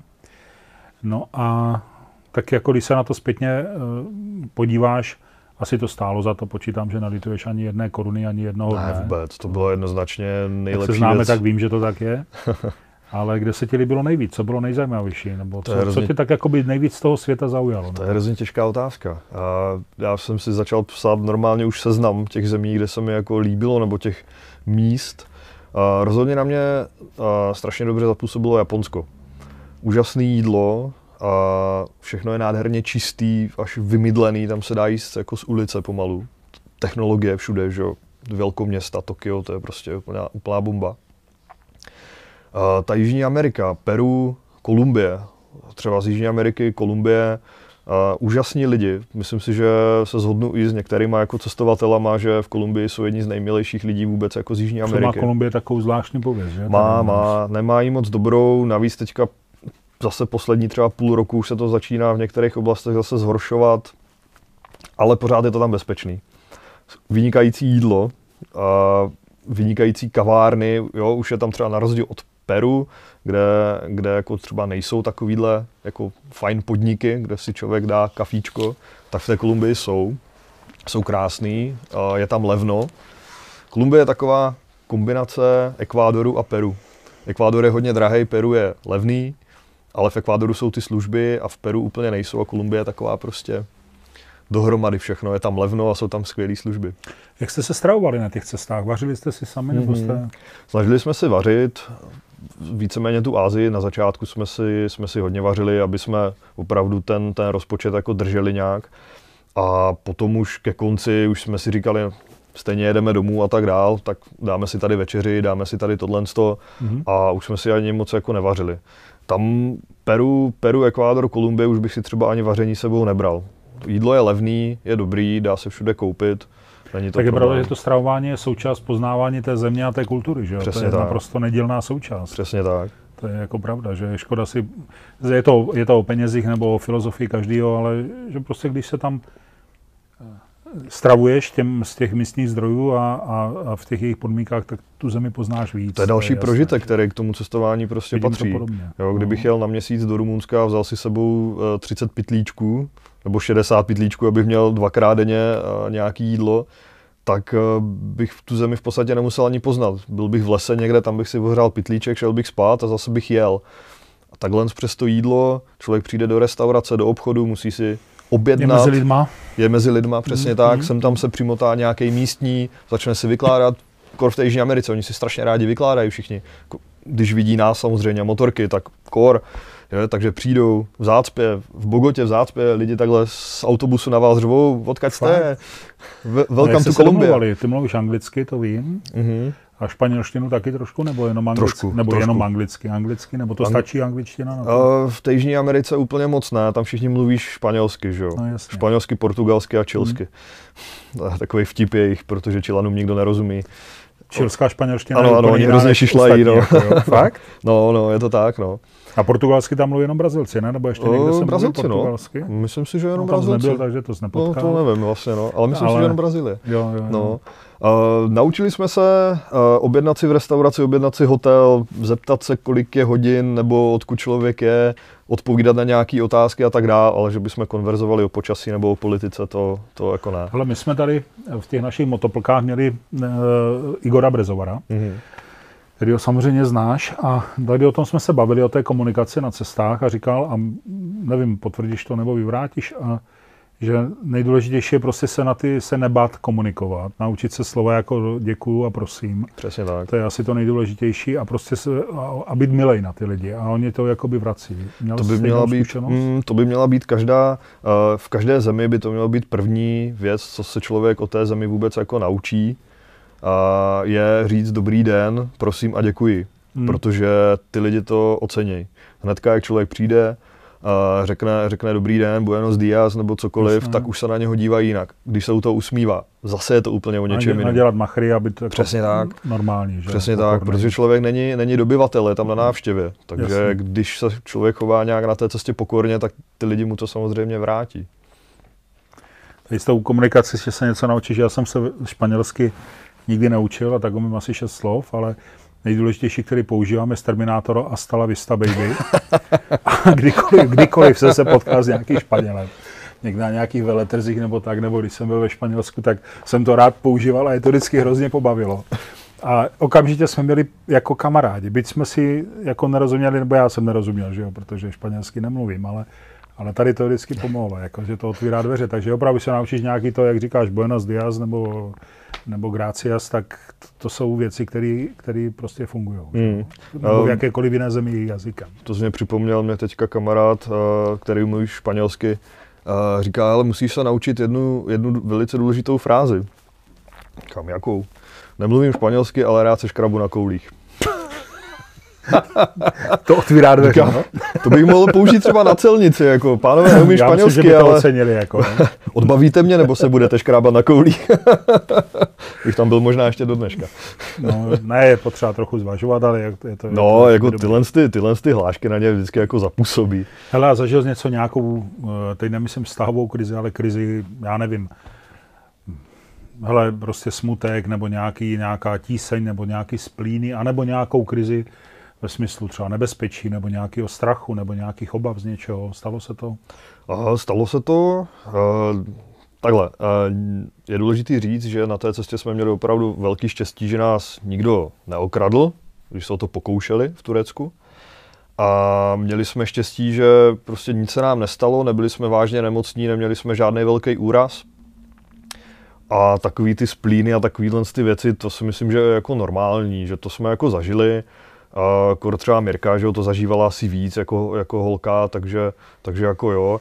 No a tak jako když se na to zpětně uh, podíváš, asi to stálo za to, počítám, že nalituješ ani jedné koruny, ani jednoho dne. Ne, vůbec, to bylo jednoznačně nejlepší věc. Jak se známe, věc. Tak vím, že to tak je. Ale kde se ti líbilo nejvíc? Co bylo nejzajímavější? Nebo co, hrozně, co tě tak jakoby nejvíc z toho světa zaujalo? To je hrozně těžká otázka. A já jsem si začal psát normálně už seznam těch zemí, kde se mi jako líbilo, nebo těch míst. rozhodně na mě uh, strašně dobře zapůsobilo Japonsko. Úžasné jídlo, uh, všechno je nádherně čistý, až vymydlený, tam se dá jíst jako z ulice pomalu. Technologie všude, že jo, velkoměsta, Tokio, to je prostě úplná, úplná bomba. Uh, ta Jižní Amerika, Peru, Kolumbie, třeba z Jižní Ameriky, Kolumbie, uh, úžasní lidi. Myslím si, že se shodnu i s některýma jako cestovatelama, že v Kolumbii jsou jedni z nejmilejších lidí vůbec jako z Jižní Ameriky. Co má Kolumbie takovou zvláštní pověst, že? Má, má, nemá jí moc dobrou, navíc teďka zase poslední třeba půl roku už se to začíná v některých oblastech zase zhoršovat, ale pořád je to tam bezpečný. Vynikající jídlo, uh, vynikající kavárny, jo, už je tam třeba na rozdíl od Peru, kde, kde jako třeba nejsou takovýhle jako fajn podniky, kde si člověk dá kafíčko, tak v té Kolumbii jsou. Jsou krásný, je tam levno. Kolumbie je taková kombinace Ekvádoru a Peru. Ekvádor je hodně drahý, Peru je levný, ale v Ekvádoru jsou ty služby a v Peru úplně nejsou a Kolumbie je taková prostě dohromady všechno. Je tam levno a jsou tam skvělé služby. Jak jste se stravovali na těch cestách? Vařili jste si sami, mm-hmm. nebo jste... Snažili jsme si vařit. Víceméně tu Asii na začátku jsme si, jsme si hodně vařili, aby jsme opravdu ten, ten rozpočet jako drželi nějak. A potom už ke konci už jsme si říkali, stejně jedeme domů a tak dál, tak dáme si tady večeři, dáme si tady tohleto mm-hmm. a už jsme si ani moc jako nevařili. Tam Peru, Peru, Ekvádor, Kolumbie už bych si třeba ani vaření sebou nebral. Jídlo je levný, je dobrý, dá se všude koupit. Není to tak je pravda, že to stravování je součást poznávání té země a té kultury, že jo? Přesně to je tak. Naprosto nedílná součást. Přesně tak. To je jako pravda, že je škoda si, je to, je to o penězích nebo o filozofii každého, ale že prostě když se tam stravuješ těm, z těch místních zdrojů a, a, a v těch jejich podmínkách, tak tu zemi poznáš víc. To je další to je prožitek, který k tomu cestování prostě Vidím patří. Jo, kdybych no. jel na měsíc do Rumunska a vzal si sebou třicet pytlíčků, nebo šedesát pytlíčků, abych měl dvakrát denně nějaký jídlo, tak bych tu zemi v podstatě nemusel ani poznat. Byl bych v lese někde, tam bych si ohřál pytlíček, šel bych spát a zase bych jel. A takhle přes to jídlo člověk přijde do restaurace, do obchodu, musí si objednat. Je mezi lidma. Je mezi lidma, přesně mm, tak. Mm. Sem tam se přimotá nějaký místní, začne si vykládat. Kor v té Jižní Americe, oni si strašně rádi vykládají všichni. Když vidí nás samozřejmě motorky, tak kor. Je, takže přijdou v zácpě, v Bogotě v zácpě, lidi takhle z autobusu na vás řvou, odkud jste? Welcome to Columbia. Ty mluvíš anglicky, to vím. Mm-hmm. A španělštinu taky trošku, nebo jenom anglicky? Trošku, nebo trošku. jenom anglicky, anglicky, nebo to Angli- stačí angličtina? Uh, v té Jižní Americe úplně moc ne, tam všichni mluví španělsky, že jo? No, španělsky, portugalsky a čilsky. Hmm. Takový vtip je jich, protože Čilanům nikdo nerozumí. Čilská španělština ano, je ano, úplně oni hrozně šišlají, no. Jako, jo. Fakt? No, no, je to tak, no. A portugalsky tam mluví jenom Brazilci, ne? Nebo ještě někde se mluví portugalsky? No. Myslím si, že jenom no, Brazilci. Nebyl, takže to jsi nepotkal. No, to nevím vlastně, no. Ale myslím Ale... si, že jenom Brazílie. Jo, jo, jo. No. Uh, naučili jsme se uh, objednat si v restauraci, objednat si hotel, zeptat se, kolik je hodin, nebo odkud člověk je, odpovídat na nějaké otázky a tak dále, ale že bychom konverzovali o počasí nebo o politice, to, to jako ne. Hele, my jsme tady v těch našich motoplkách měli uh, Igora Brezovara, mm-hmm. který ho samozřejmě znáš, a tady o tom jsme se bavili, o té komunikaci na cestách, a říkal, a nevím, potvrdíš to nebo vyvrátíš, a že nejdůležitější je prostě se na ty se nebát komunikovat, naučit se slova jako děkuju a prosím. Přesně tak. To je asi to nejdůležitější, a prostě se, a, a být milej na ty lidi, a oni to jakoby vrací. Měl to by měla být, mm, to by měla být každá, uh, v každé zemi by to mělo být první věc, co se člověk o té zemi vůbec jako naučí, uh, je říct dobrý den, prosím a děkuji, hmm. protože ty lidi to ocenějí. Hnedka, jak člověk přijde, Uh, řekne, řekne dobrý den, buenos días nebo cokoliv, Jasně. tak už se na něho dívají jinak. Když se u toho usmívá, zase je to úplně o něčem jiném. Nadělat machry, aby to Přesně jako tak. normální. Že? Přesně tak, protože člověk není, není dobyvatel, je tam na návštěvě. Takže Jasně. když se člověk chová nějak na té cestě pokorně, tak ty lidi mu to samozřejmě vrátí. Tady s tou komunikací, že se něco naučíš, já jsem se španělsky nikdy neučil, a tak umím asi šest slov, ale nejdůležitější, který používám, je z Terminátora hasta la vista baby. A kdykoliv, kdykoliv jsem se potkal s nějakým Španělem, někde na nějakých veletrzích nebo tak, nebo když jsem byl ve Španělsku, tak jsem to rád používal a je to vždycky hrozně pobavilo. A okamžitě jsme měli jako kamarádi, byť jsme si jako nerozuměli, nebo já jsem nerozuměl, že jo, protože španělsky nemluvím, ale, ale tady to vždycky pomohlo, jako, že to otvírá dveře, takže opravdu se naučíš nějaký to, jak říkáš, buenos días, nebo nebo Gracias, tak to, to jsou věci, které prostě fungují. Mm. Nebo v jakékoliv jiné zemi jazykem. To z mě připomněl mě teďka kamarád, který umí španělsky, říká, ale musíš se naučit jednu, jednu velice důležitou frázi. Kam, jakou? Nemluvím španělsky, ale rád se škrabu na koulích. To otvírá dveře, no? To bych mohl použít třeba na celnici, jako pánové, neumí španělsky, myslím, že by to ale ocenili, jako, no? Odbavíte mě, nebo se budete škrábat na koulích? Bych tam byl možná ještě do dneška. No, ne, je potřeba trochu zvažovat, ale je to... Je to no, jako tyhle, ty, tyhle ty hlášky na ně vždycky jako zapůsobí. Hele, a zažil jsi něco nějakou, teď nemyslím vztahovou krizi, ale krizi, já nevím, hele, prostě smutek, nebo nějaký, nějaká tíseň, nebo nějaký splíny, anebo nějakou krizi ve smyslu třeba nebezpečí, nebo nějakého strachu, nebo nějakých obav z něčeho. Stalo se to? Aha, stalo se to. Uh, takhle, uh, je důležité říct, že na té cestě jsme měli opravdu velký štěstí, že nás nikdo neokradl, když se o to pokoušeli v Turecku. A měli jsme štěstí, že prostě nic se nám nestalo, nebyli jsme vážně nemocní, neměli jsme žádný velký úraz. A takový ty splíny a takovýhle ty věci, to si myslím, že je jako normální, že to jsme jako zažili. A kor třeba Mirka, že to zažívala asi víc jako, jako holka, takže, takže jako jo.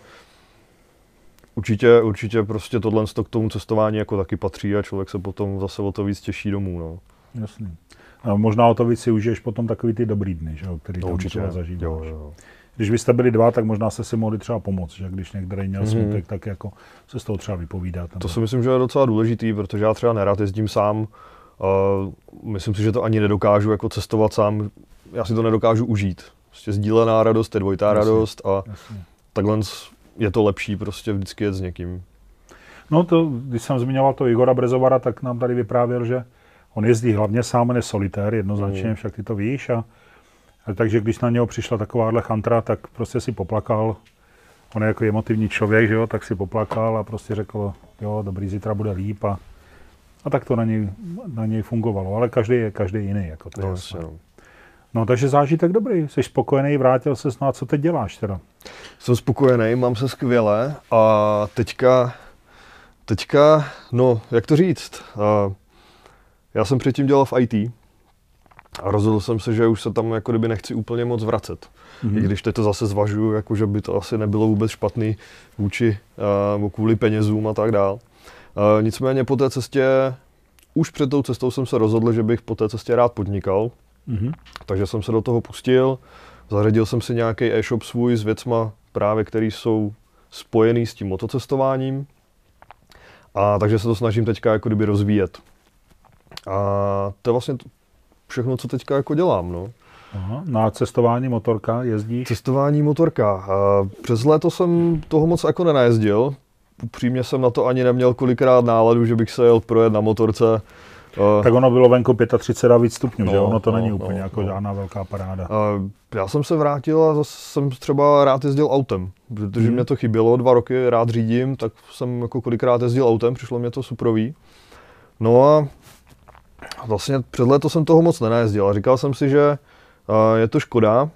Určitě, určitě prostě tohle k tomu cestování jako taky patří a člověk se potom zase o to víc těší domů. No. Jasný. A možná o to víc si užiješ potom takový ty dobrý dny, že, který no, tam určitě třeba zažíváš. Jo, jo. Když vy jste byli dva, tak možná jste si mohli třeba pomoct, že když některý měl smutek, mm. tak jako se z toho třeba vypovídat. To si myslím, že je docela důležitý, protože já třeba nerad jezdím sám. Uh, myslím si, že to ani nedokážu jako cestovat sám. Já si to nedokážu užít. Prostě sdílená radost je dvojitá jasně, radost a jasně. Takhle je to lepší prostě vždycky jet s někým. No to, když jsem zmiňoval to Igora Brezovara, tak nám tady vyprávěl, že on jezdí hlavně sám, on je solitér, jednoznačně, mm. však ty to víš. A takže když na něho přišla takováhle chantra, tak prostě si poplakal. On je jako emotivní člověk, že jo, tak si poplakal a prostě řekl, jo, dobrý, zítra bude líp a, a tak to na něj, na něj fungovalo. Ale každý je každý jiný. Jako to no, je, no. no takže zážitek dobrý, jsi spokojený, vrátil ses, no a co teď děláš teda? Jsem spokojený, mám se skvěle a teďka, teďka, no, jak to říct, uh, já jsem předtím dělal v í té. A rozhodl jsem se, že už se tam jako kdyby nechci úplně moc vracet. Mm-hmm. I když teď to zase zvažuju, jako že by to asi nebylo vůbec špatný vůči uh, kvůli penězům a tak dál. Uh, nicméně po té cestě, už před tou cestou jsem se rozhodl, že bych po té cestě rád podnikal. Mm-hmm. Takže jsem se do toho pustil, zařadil jsem si nějaký e-shop svůj s věcma právě, který jsou spojený s tím motocestováním. A takže se to snažím teďka jako kdyby rozvíjet. A to je vlastně to, všechno, co teďka jako dělám, no. Aha, na cestování motorka jezdíš? Cestování motorka. Přes léto jsem toho moc jako nenajezdil. Upřímně jsem na to ani neměl kolikrát náladu, že bych se jel projet na motorce. Tak ono bylo venku třicet pět a víc stupňů, no, že? Ono to no, není no, úplně no, jako no. žádná velká paráda. Já jsem se vrátil a zase jsem třeba rád jezdil autem, protože hmm. mě to chybělo, dva roky rád řídím, tak jsem jako kolikrát jezdil autem, přišlo mě to suprový. No a vlastně před léto jsem toho moc nenajezdil a říkal jsem si, že uh, je to škoda.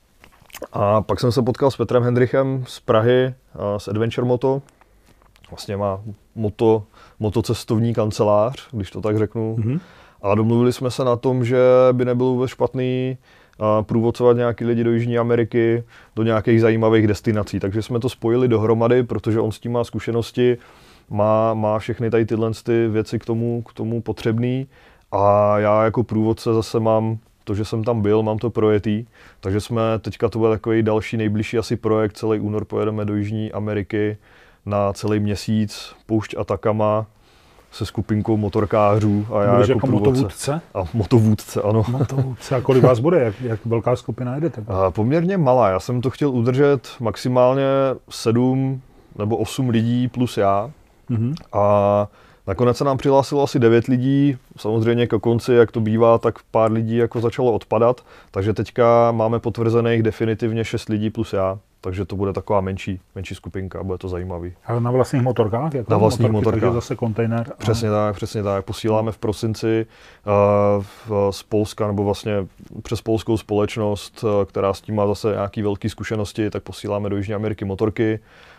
A pak jsem se potkal s Petrem Hendrichem z Prahy, uh, z Adventure Moto. Vlastně má moto, motocestovní kancelář, když to tak řeknu. Mm-hmm. A domluvili jsme se na tom, že by nebylo vůbec špatný uh, průvodcovat nějaký lidi do Jižní Ameriky, do nějakých zajímavých destinací. Takže jsme to spojili dohromady, protože on s tím má zkušenosti, má, má všechny tady tyhle ty věci k tomu, k tomu potřebný. A já jako průvodce zase mám to, že jsem tam byl, mám to projetý, takže jsme teďka to byl takový další nejbližší asi projekt, celý únor pojedeme do Jižní Ameriky na celý měsíc, poušť Atacama se skupinkou motorkářů a já Budeš jako, jako průvodce. motovůdce? A motovůdce, ano. Motovůdce. A kolik vás bude? Jak, jak velká skupina jedete? A poměrně malá, já jsem to chtěl udržet maximálně sedm nebo osm lidí plus já. Mm-hmm. A nakonec se nám přihlásilo asi devět lidí, samozřejmě ke konci, jak to bývá, tak pár lidí jako začalo odpadat, takže teďka máme potvrzených definitivně šest lidí plus já, takže to bude taková menší, menší skupinka, bude to zajímavý. A na vlastních motorkách? Jako na vlastních motorkách. Takže zase kontejner. Přesně tak, přesně tak. Posíláme v prosinci uh, z Polska, nebo vlastně přes polskou společnost, uh, která s tím má zase nějaký velký zkušenosti, tak posíláme do Jižní Ameriky motorky.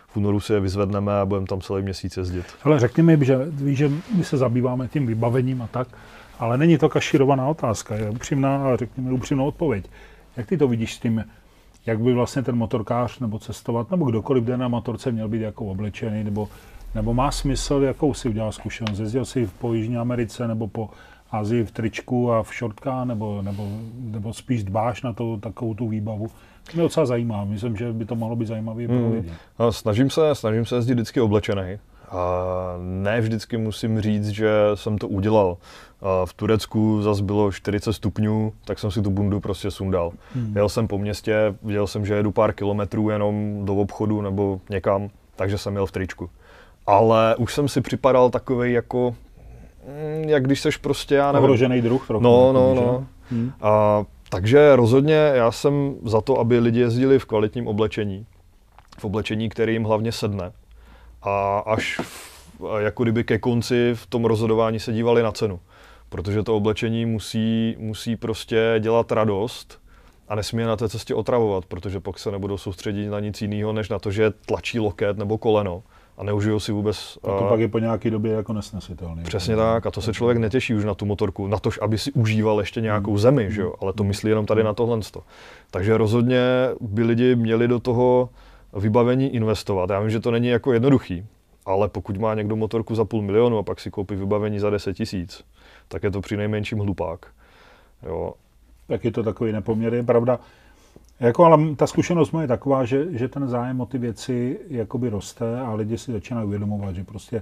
v únoru si je vyzvedneme a budeme tam celý měsíc jezdit. Ale řekni mi, že víš, že my se zabýváme tím vybavením a tak, ale není to kašírovaná otázka, je upřímná a řekni mi upřímnou odpověď. Jak ty to vidíš s tím, jak by vlastně ten motorkář nebo cestovat, nebo kdokoliv jde na motorce měl být jako oblečený, nebo, nebo má smysl, jakou si udělal zkušenost? Jezdil si po Jižní Americe nebo po Asii v tričku a v šortkách, nebo, nebo, nebo spíš dbáš na to, takovou tu výbavu? To mě docela zajímá, myslím, že by to mohlo být zajímavé pro hmm. lidi. No, snažím se, snažím se jezdit vždycky oblečený. A ne vždycky musím říct, že jsem to udělal. A v Turecku zas bylo čtyřicet stupňů, tak jsem si tu bundu prostě sundal. Hmm. Jel jsem po městě, viděl jsem, že jedu pár kilometrů jenom do obchodu nebo někam, takže jsem jel v tričku. Ale už jsem si připadal takovej jako, jak když seš prostě, já nevím. Ohrožený druh trochu. No, no, no. Hmm. A, takže rozhodně já jsem za to, aby lidi jezdili v kvalitním oblečení. V oblečení, který jim hlavně sedne. A až v, jako kdyby ke konci v tom rozhodování se dívali na cenu. Protože to oblečení musí, musí prostě dělat radost a nesmí na té cestě otravovat, protože pak se nebudou soustředit na nic jiného, než na to, že tlačí loket nebo koleno a neužijou si vůbec... A to a... pak je po nějaké době jako nesnesitelný. Přesně tak, a to se člověk netěší už na tu motorku, na to, aby si užíval ještě nějakou hmm. zemi, že jo? Ale to myslí jenom tady na tohle. Takže rozhodně by lidi měli do toho vybavení investovat. Já vím, že to není jako jednoduchý, ale pokud má někdo motorku za půl milionu a pak si koupí vybavení za deset tisíc, tak je to přinejmenším hlupák. Jo. Tak je to takový nepoměr, je pravda. Jako, ale ta zkušenost moje je taková, že, že ten zájem o ty věci jakoby roste a lidi si začínají uvědomovat, že prostě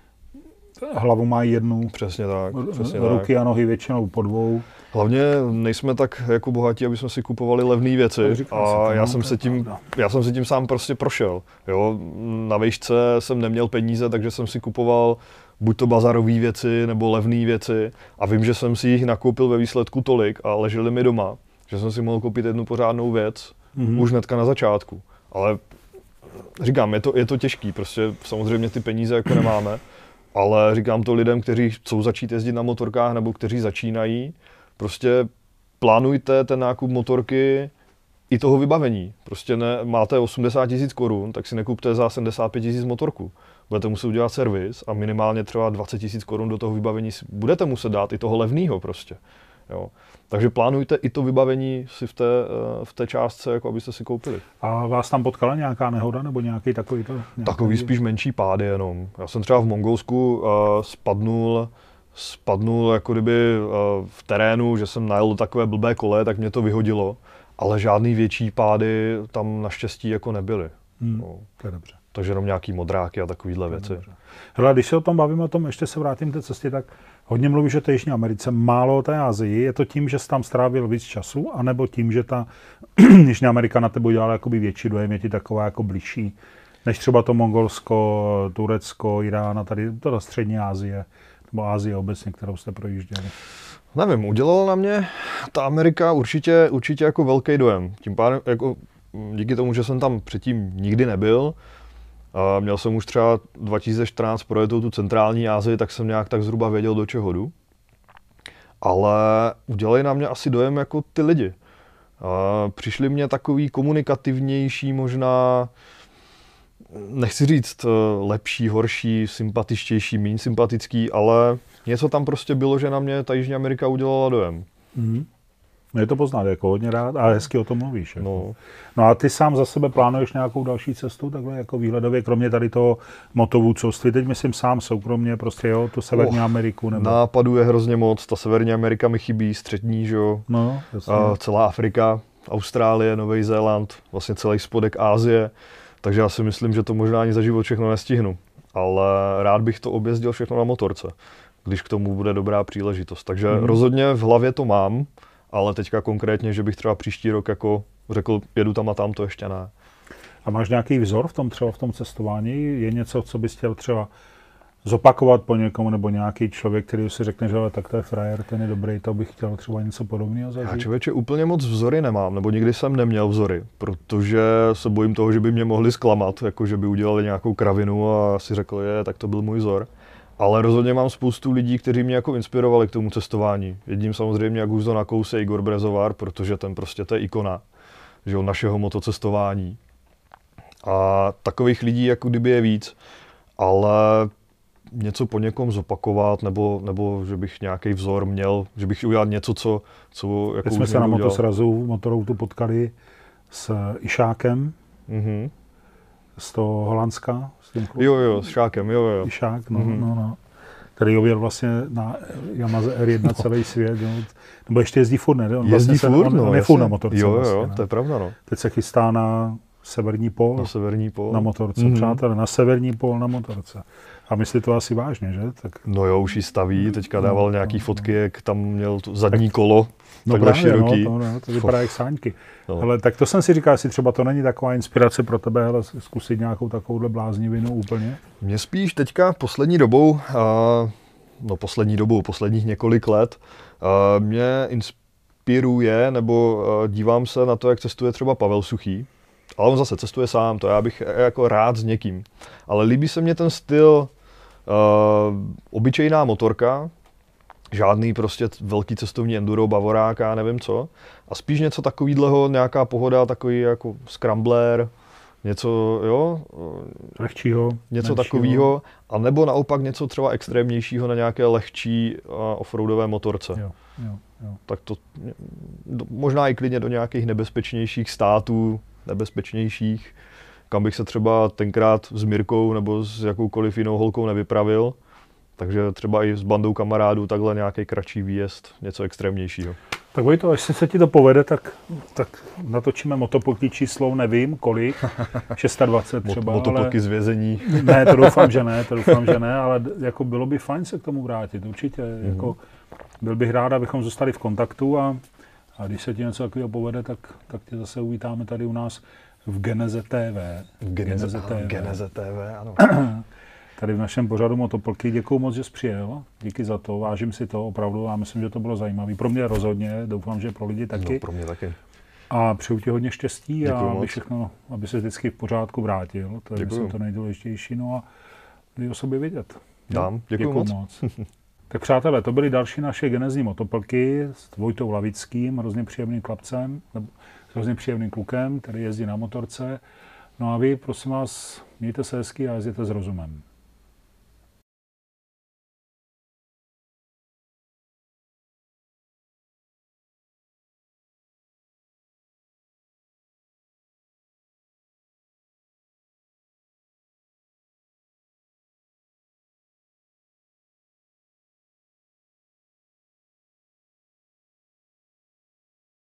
hlavu mají jednu, přesně tak, přesně ruky tak. a nohy většinou po dvou. Hlavně nejsme tak jako bohatí, aby jsme si kupovali levné věci a já jsem, se tím, já jsem se tím sám prostě prošel. Jo. Na výšce jsem neměl peníze, takže jsem si kupoval buď to bazarové věci nebo levné věci a vím, že jsem si jich nakoupil ve výsledku tolik a ležely mi doma, že jsem si mohl koupit jednu pořádnou věc mm-hmm. už hnedka na začátku. Ale říkám, je to, je to těžký, prostě samozřejmě ty peníze jako nemáme, ale říkám to lidem, kteří chcou začít jezdit na motorkách nebo kteří začínají, prostě plánujte ten nákup motorky i toho vybavení. Prostě ne, máte osmdesát tisíc korun, tak si nekupte za sedmdesát pět tisíc motorku. Budete muset udělat servis a minimálně třeba dvacet tisíc korun do toho vybavení budete muset dát i toho levného prostě. Jo. Takže plánujte i to vybavení si v té, v té částce, jako abyste si koupili. A vás tam potkala nějaká nehoda nebo nějaký takový to? Nějaký... Takový spíš menší pády jenom. Já jsem třeba v Mongolsku uh, spadnul, spadnul jako kdyby uh, v terénu, že jsem najel takové blbé kole, tak mě to vyhodilo, ale žádný větší pády tam naštěstí jako nebyly. Hmm, no. To je dobře. Takže jenom nějaký modráky a takovýhle věci. Hele, když se o tom bavíme, o tom ještě se vrátím k té cestě, tak hodně mluvíš o té Jižní Americe, málo o té Asii. Je to tím, že jsi tam strávil víc času, anebo tím, že ta Jižní Amerika na tebe dělala jakoby větší dojem, je ti taková jako bližší, než třeba to Mongolsko, Turecko, Irán a tady to střední Asie, nebo Asie obecně, kterou jste projížděli? Nevím, udělala na mě ta Amerika určitě, určitě jako velký dojem. Tím pádem, jako díky tomu, že jsem tam předtím nikdy nebyl, a měl jsem už třeba dva tisíce čtrnáct projetou tu centrální Asii, tak jsem nějak tak zhruba věděl, do čeho jdu. Ale udělali na mě asi dojem jako ty lidi. A přišli mě takový komunikativnější, možná, nechci říct lepší, horší, sympatičtější, méně sympatický, ale něco tam prostě bylo, že na mě ta Jižní Amerika udělala dojem. Mm-hmm. Je to poznat, jako hodně rád a hezky o tom mluvíš. Jako. No. no a ty sám za sebe plánuješ nějakou další cestu, takhle jako výhledově, kromě tady toho motovůdcovství, teď myslím sám soukromně, prostě jo, tu Severní oh, Ameriku. Nebo... Nápadů je hrozně moc, ta Severní Amerika mi chybí, střední, že jo, no, a celá Afrika, Austrálie, Nový Zéland, vlastně celý spodek Asie, takže já si myslím, že to možná ani za život všechno nestihnu, ale rád bych to objezdil všechno na motorce, když k tomu bude dobrá příležitost, takže hmm. rozhodně v hlavě to mám, ale teďka konkrétně, že bych třeba příští rok jako řekl, jedu tam a tam, to ještě ne. A máš nějaký vzor v tom třeba v tom cestování? Je něco, co bys chtěl třeba zopakovat po někomu, nebo nějaký člověk, který si řekne, že ale tak to je frajer, ten je dobrý, to bych chtěl třeba něco podobného zažít? Já člověče úplně moc vzory nemám, nebo nikdy jsem neměl vzory, protože se bojím toho, že by mě mohli zklamat, jako že by udělali nějakou kravinu a si řekli, je, tak to byl můj vzor. Ale rozhodně mám spoustu lidí, kteří mě jako inspirovali k tomu cestování. Jedním samozřejmě, jak už to nakousí, Igor Brezovar, protože ten prostě to je ikona, že jo, našeho motocestování. A takových lidí jako kdyby je víc, ale něco po někom zopakovat, nebo, nebo že bych nějaký vzor měl, že bych udělal něco, co... co jako Teď jsme se na motosrazu motorou tu potkali s Išákem, mm-hmm. z toho Holandska. S tím jo, jo, s Šákem, jo, jo. Išák, no, mm-hmm. no, no. Který objel vlastně na Yamaze R jedna no. celý svět, jo. Nebo ještě jezdí furt, ne? On jezdí vlastně furt, se, on, no, on je furt na motorce. Jo, jo, vlastně, to je pravda, no. Teď se chystá na severní pól. Na severní pól. Na motorce, mm-hmm. přátelé, na severní pól na motorce. A myslí to asi vážně, že? Tak... No jo, už ji staví, teďka dával no, nějaký no, fotky, jak tam měl to zadní tak, kolo, no takhle právě, široký. No, to, no, to vypadá jak sáňky. No. Ale tak to jsem si říkal, jestli třeba to není taková inspirace pro tebe, ale zkusit nějakou takovouhle bláznivinu úplně. Mě spíš teďka poslední dobou, uh, no poslední dobou, posledních několik let, uh, mě inspiruje, nebo uh, dívám se na to, jak cestuje třeba Pavel Suchý. Ale on zase cestuje sám, to já bych jako rád s někým. Ale líbí se mně ten styl uh, obyčejná motorka, žádný prostě velký cestovní enduro, bavoráka, nevím co. A spíš něco takovýhleho, nějaká pohoda, takový jako scrambler, něco, jo? Lehčího. Něco takového. A nebo naopak něco třeba extrémnějšího na nějaké lehčí uh, offroadové motorce. Jo, jo, jo. Tak to možná i klidně do nějakých nebezpečnějších států, nebezpečnějších, kam bych se třeba tenkrát s Mirkou nebo s jakoukoliv jinou holkou nevypravil. Takže třeba i s bandou kamarádů takhle nějaký kratší výjezd, něco extrémnějšího. Tak Vojto, až se ti to povede, tak, tak natočíme motopolky číslou, nevím kolik, dvacet šest třeba. Motopolky ale... z vězení. Ne, to doufám, že ne, to doufám, že ne, ale jako bylo by fajn se k tomu vrátit, určitě. Mm-hmm. Jako, byl bych rád, abychom zůstali v kontaktu a A když se ti něco takového povede, tak, tak tě zase uvítáme tady u nás v Geneze T V. V Geneze, Geneze, T V. Geneze T V, ano. Tady v našem pořadu Motopolky. Děkuju moc, že jsi přijel. Díky za to, vážím si to opravdu a myslím, že to bylo zajímavé. Pro mě rozhodně, doufám, že pro lidi taky. No, pro mě taky. A přeju ti hodně štěstí. Děkuju a aby moc. všechno, aby se vždycky v pořádku vrátil. To je myslím to nejdůležitější. No a kdy o sobě vidět. Dám, děkuju, děkuju moc. moc. Tak přátelé, to byly další naše genezní motopolky s Vojtou Lavickým, hrozně příjemným chlapcem, s hrozně příjemným klukem, který jezdí na motorce. No a vy, prosím vás, mějte se hezky a jezděte s rozumem.